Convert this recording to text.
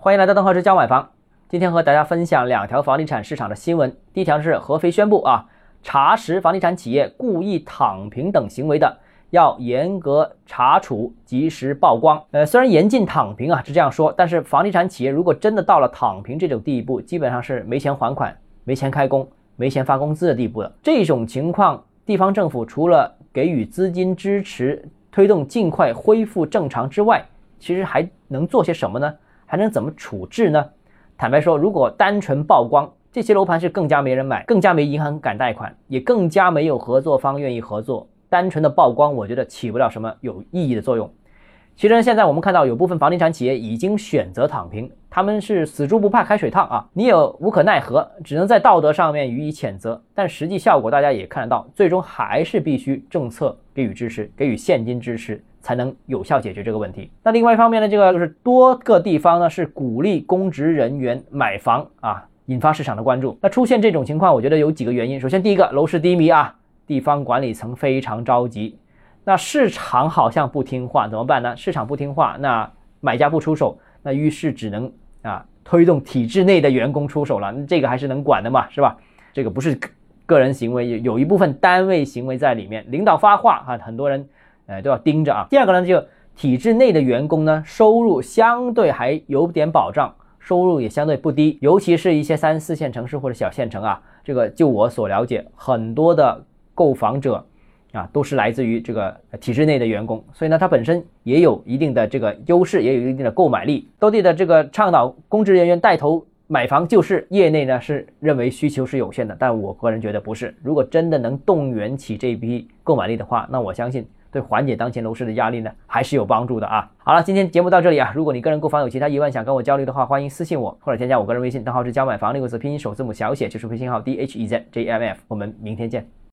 欢迎来到邓浩之教买房。今天和大家分享2条房地产市场的新闻。第一条是合肥宣布查实房地产企业故意躺平等行为的，要严格查处，及时曝光。虽然严禁躺平是这样说，但是房地产企业如果真的到了躺平这种地步，基本上是没钱还款、没钱开工、没钱发工资的地步了。这种情况，地方政府除了给予资金支持，推动尽快恢复正常之外，其实还能做些什么呢？还能怎么处置呢？坦白说，如果单纯曝光，这些楼盘是更加没人买，更加没银行敢贷款，也更加没有合作方愿意合作。单纯的曝光，我觉得起不了什么有意义的作用。其实现在我们看到有部分房地产企业已经选择躺平，他们是死猪不怕开水烫你也无可奈何，只能在道德上面予以谴责，但实际效果大家也看得到，最终还是必须政策给予支持，给予现金支持，才能有效解决这个问题。那另外一方面呢，这个就是多个地方呢是鼓励公职人员买房引发市场的关注。那出现这种情况，我觉得有几个原因。首先第一个，楼市低迷地方管理层非常着急。那市场好像不听话，怎么办呢？市场不听话，那买家不出手，那于是只能推动体制内的员工出手了。这个还是能管的嘛，是吧？这个不是个人行为，有一部分单位行为在里面。领导发话很多人都要盯着第二个呢，就体制内的员工呢，收入相对还有点保障，收入也相对不低，尤其是一些3、4线城市或者小县城这个就我所了解，很多的购房者都是来自于这个体制内的员工，所以呢，它本身也有一定的这个优势，也有一定的购买力。斗地的这个倡导公职人员带头买房救市，业内呢是认为需求是有限的，但我个人觉得不是。如果真的能动员起这一批购买力的话，那我相信对缓解当前楼市的压力呢还是有帮助的好了，今天节目到这里如果你个人购房有其他疑问想跟我交流的话，欢迎私信我或者添加我个人微信，账号是教买房6个字拼音首字母小写，就是微信号DHEZJMF。我们明天见。